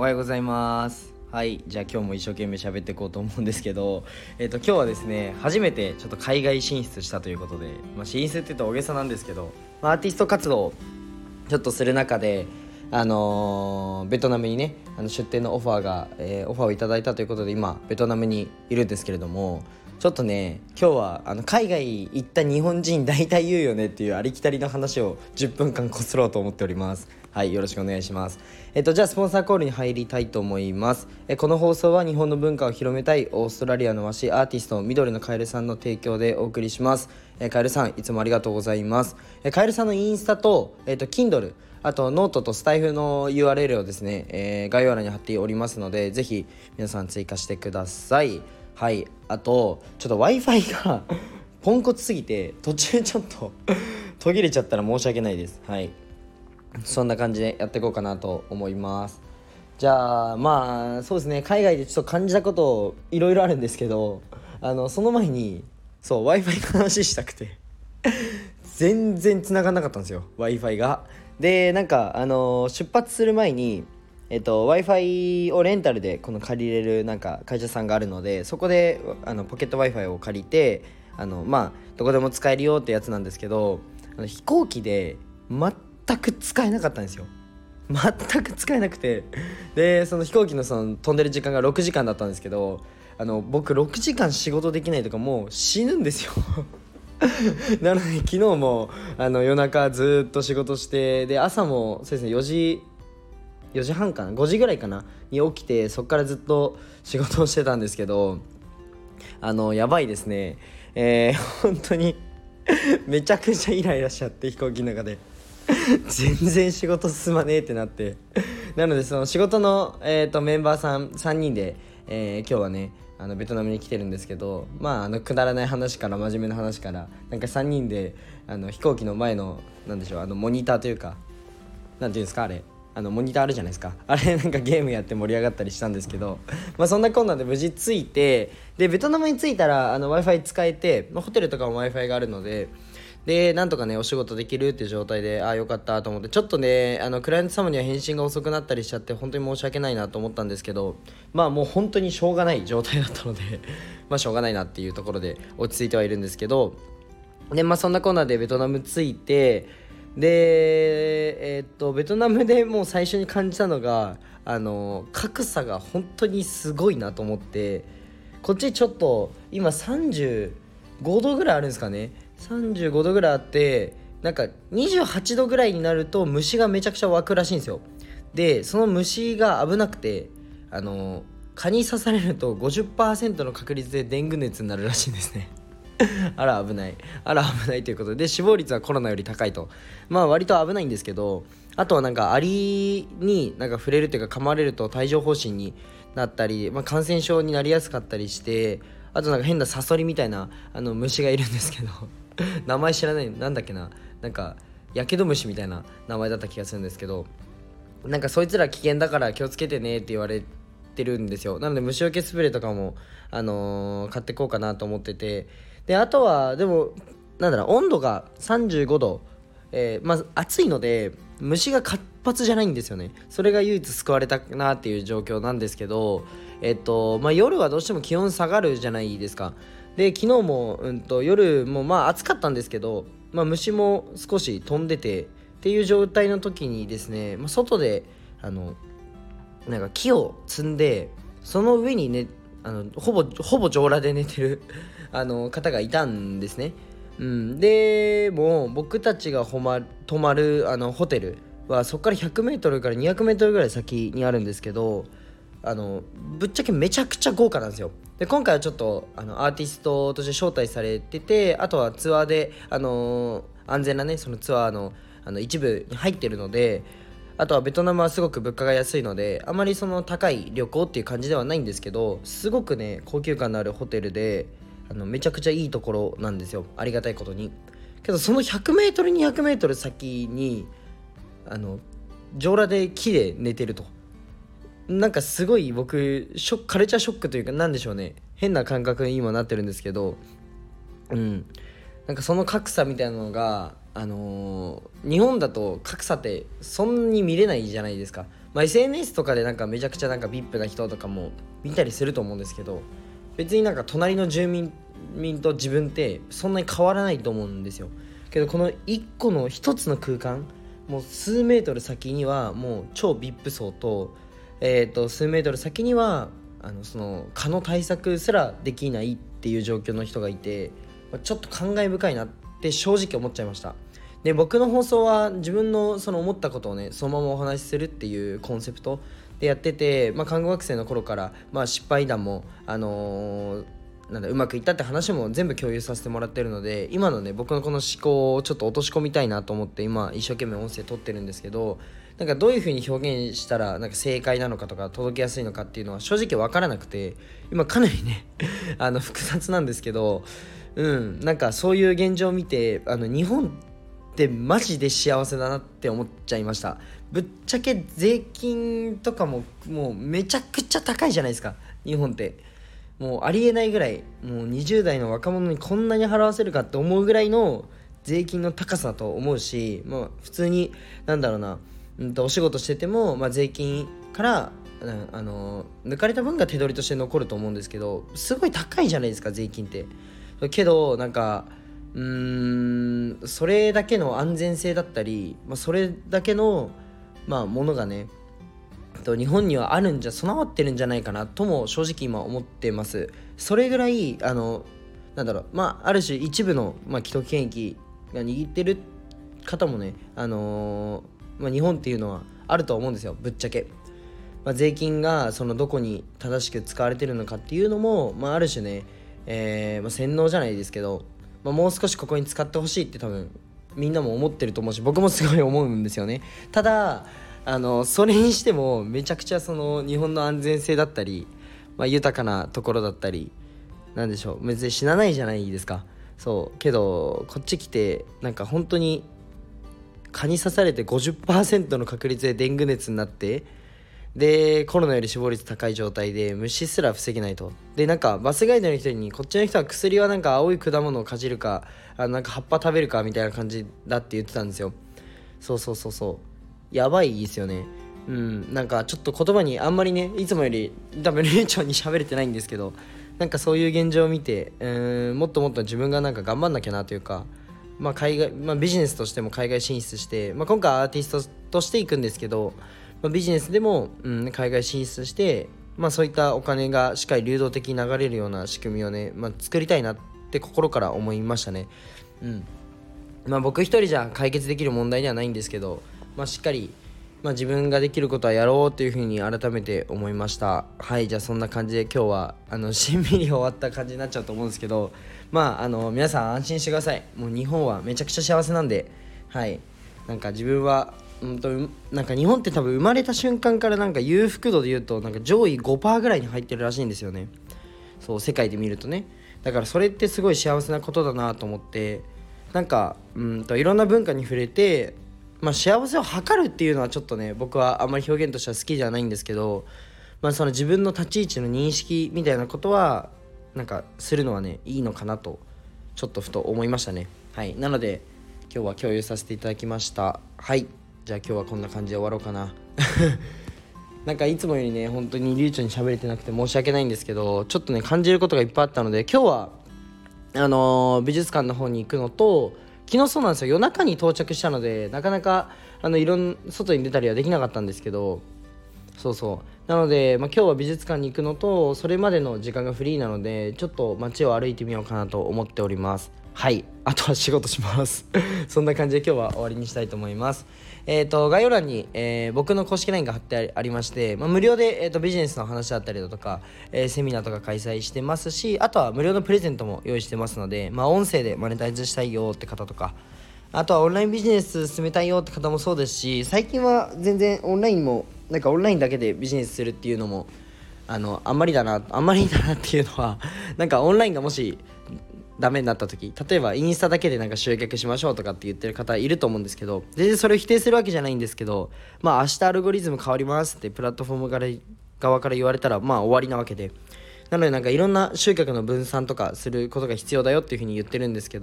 おはようございます。はい、じゃあ今日も一生懸命喋っていこうと思うんですけど、今日はですね、初めてちょっと海外進出したということで、進出って言うと大げさなんですけど、アーティスト活動をちょっとする中で、ベトナムにね、出店のオファーをいただいたということで、今ベトナムにいるんですけれども、ちょっとね、今日は海外行った日本人大体言うよねっていうありきたりの話を10分間こすろうと思っております。はい、よろしくお願いします。じゃあスポンサーコールに入りたいと思います。この放送は日本の文化を広めたいオーストラリアの和紙アーティスト緑のカエルさんの提供でお送りします。カエルさんいつもありがとうございます。カエルさんのインスタと、Kindle、あとノートとスタイフの URL をですね、概要欄に貼っておりますので、ぜひ皆さん追加してください。はい、あとちょっと Wi-Fi がポンコツすぎて途中ちょっと途切れちゃったら申し訳ないです。はい、そんな感じでやっていこうかなと思います。じゃあそうですね、海外でちょっと感じたこといろいろあるんですけど、その前にWi-Fi の話したくて全然繋がんなかったんですよ、 Wi-Fi が。で出発する前にWi-Fi をレンタルで借りれる会社さんがあるので、そこでポケット Wi-Fi を借りてどこでも使えるよってやつなんですけど、飛行機で全く使えなかったんですよ。全く使えなくて、でその飛行機の飛んでる時間が6時間だったんですけど、僕6時間仕事できないとかもう死ぬんですよなので昨日も夜中ずっと仕事して、で朝もそうですね4時半かな5時ぐらいかなに起きて、そっからずっと仕事をしてたんですけど、やばいですね。本当にめちゃくちゃイライラしちゃって、飛行機の中で全然仕事進まねえってなってなのでその仕事の、メンバーさん3人で、今日はねベトナムに来てるんですけど、くだらない話から真面目な話から3人で飛行機の前のモニターというか、なんていうんですか、あれモニターあるじゃないですか、あれゲームやって盛り上がったりしたんですけどそんなこんなで無事着いて、でベトナムに着いたらWi-Fi 使えて、ホテルとかも Wi-Fi があるので、なんとかねお仕事できるっていう状態で、よかったと思って、ちょっとねクライアント様には返信が遅くなったりしちゃって本当に申し訳ないなと思ったんですけど、もう本当にしょうがない状態だったのでしょうがないなっていうところで落ち着いてはいるんですけど、でそんなこんなでベトナム着いて、でベトナムでもう最初に感じたのが格差が本当にすごいなと思って、こっちちょっと今35度ぐらいあるんですかね、35度ぐらいあって、28度ぐらいになると虫がめちゃくちゃ湧くらしいんですよ。でその虫が危なくて、蚊に刺されると 50% の確率でデング熱になるらしいんですねあら危ないということで、死亡率はコロナより高いと、割と危ないんですけど、あとはアリに触れるというか噛まれると帯状疱疹になったり、感染症になりやすかったりして、あと変なサソリみたいな虫がいるんですけど名前知らない、なんだっけな、やけど虫みたいな名前だった気がするんですけど、そいつら危険だから気をつけてねって言われてるんですよ。なので虫除けスプレーとかも、買ってこうかなと思ってて、であとはでも温度が35度、暑いので虫が活発じゃないんですよね。それが唯一救われたなっていう状況なんですけど、夜はどうしても気温下がるじゃないですか。で昨日も、夜も暑かったんですけど、虫も少し飛んでてっていう状態の時にですね、外で木を積んで、その上にねほぼ上裸で寝てる方がいたんですね。でも僕たちが泊まるホテルはそこから 100m から 200m ぐらい先にあるんですけど、ぶっちゃけめちゃくちゃ豪華なんですよ。で今回はちょっとアーティストとして招待されてて、あとはツアーで、安全なねそのツアーの一部に入ってるので、あとはベトナムはすごく物価が安いので、あまりその高い旅行っていう感じではないんですけど、すごくね高級感のあるホテルでめちゃくちゃいいところなんですよ、ありがたいことに。けどその 100m200m 先に上裸で木で寝てると、すごい僕カルチャーショックというか、なんでしょうね、変な感覚に今なってるんですけど、その格差みたいなのが日本だと格差ってそんなに見れないじゃないですか。SNS とかでなんかめちゃくちゃなんか VIP な人とかも見たりすると思うんですけど、別になんか隣の住民と自分ってそんなに変わらないと思うんですよ。けどこの一つの空間、もう数メートル先にはもう超 VIP 層と、数メートル先にはその蚊の対策すらできないっていう状況の人がいて、ちょっと感慨深いなって正直思っちゃいました。で、僕の放送は自分のその思ったことをねそのままお話しするっていうコンセプトでやってて、看護学生の頃から、失敗談もうまくいったって話も全部共有させてもらってるので、今のね僕のこの思考をちょっと落とし込みたいなと思って今一生懸命音声取ってるんですけど、なんかどういう風に表現したらなんか正解なのかとか届けやすいのかっていうのは正直分からなくて、今かなりね複雑なんですけど、なんかそういう現状を見て日本ってマジで幸せだなって思っちゃいました。ぶっちゃけ税金とかもうめちゃくちゃ高いじゃないですか。日本ってもうありえないぐらい、もう20代の若者にこんなに払わせるかって思うぐらいの税金の高さだと思うし、普通にお仕事してても、税金から抜かれた分が手取りとして残ると思うんですけど、すごい高いじゃないですか税金って。けどなんかそれだけの安全性だったり、それだけのものがね日本には備わってるんじゃないかなとも正直今思ってます。それぐらいある種一部の、既得権益が握ってる方もね、日本っていうのはあると思うんですよ、ぶっちゃけ。税金がそのどこに正しく使われてるのかっていうのも、ある種ね、洗脳じゃないですけど、もう少しここに使ってほしいって多分みんなも思ってると思うし、僕もすごい思うんですよね。ただそれにしてもめちゃくちゃその日本の安全性だったり、豊かなところだったり、なんでしょう、別に死なないじゃないですか。そうけどこっち来てなんか本当に蚊に刺されて 50% の確率でデング熱になって、でコロナより死亡率高い状態で虫すら防げないと。でなんかバスガイドの人に、こっちの人は薬はなんか青い果物をかじるかなんか葉っぱ食べるかみたいな感じだって言ってたんですよ。そうやばいですよね。なんかちょっと言葉にあんまりねいつもより多分流暢に喋れてないんですけど、なんかそういう現状を見てもっともっと自分がなんか頑張んなきゃなというか、海外、ビジネスとしても海外進出して、今回アーティストとして行くんですけど、ビジネスでも、海外進出して、そういったお金がしっかり流動的に流れるような仕組みをね、作りたいなって心から思いましたね。僕一人じゃ解決できる問題ではないんですけど、しっかり、自分ができることはやろうというふうに改めて思いました。はい、じゃあそんな感じで今日はしんみり終わった感じになっちゃうと思うんですけど、皆さん安心してください。もう日本はめちゃくちゃ幸せなんで、はい、なんか自分はなんか日本って多分生まれた瞬間からなんか裕福度で言うとなんか上位 5% ぐらいに入ってるらしいんですよね。そう、世界で見るとね。だからそれってすごい幸せなことだなと思って、なんかいろんな文化に触れて、幸せを測るっていうのはちょっとね僕はあんまり表現としては好きじゃないんですけど、その自分の立ち位置の認識みたいなことはなんかするのはねいいのかなとちょっとふと思いましたね。はい、なので今日は共有させていただきました。はい、じゃあ今日はこんな感じで終わろうかななんかいつもよりね本当に流暢に喋れてなくて申し訳ないんですけど、ちょっとね感じることがいっぱいあったので、今日は美術館の方に行くのと、昨日そうなんですよ、夜中に到着したのでなかなか外に出たりはできなかったんですけど、なので、今日は美術館に行くのと、それまでの時間がフリーなのでちょっと街を歩いてみようかなと思っております。はい、あとは仕事しますそんな感じで今日は終わりにしたいと思います。概要欄に、僕の公式 LINE が貼ってありまして、無料で、ビジネスの話だったりだとか、セミナーとか開催してますし、あとは無料のプレゼントも用意してますので、音声でマネタイズしたいよって方とか、あとはオンラインビジネス進めたいよって方もそうですし、最近は全然オンラインだけでビジネスするっていうのもあんまりだなっていうのはなんかオンラインがもしダメになった時、例えばインスタだけでなんか集客しましょうとかって言ってる方いると思うんですけど、全然それを否定するわけじゃないんですけど、明日アルゴリズム変わりますってプラットフォーム側から言われたら終わりなわけで、なのでなんかいろんな集客の分散とかすることが必要だよっていうふうに言ってるんですけど、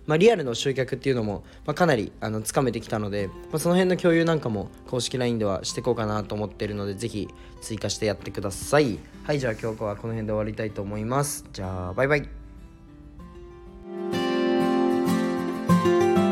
リアルの集客っていうのも、かなりつかめてきたので、その辺の共有なんかも公式 LINE ではしていこうかなと思っているので、ぜひ追加してやってください。はい、じゃあ今日はこの辺で終わりたいと思います。じゃあバイバイ。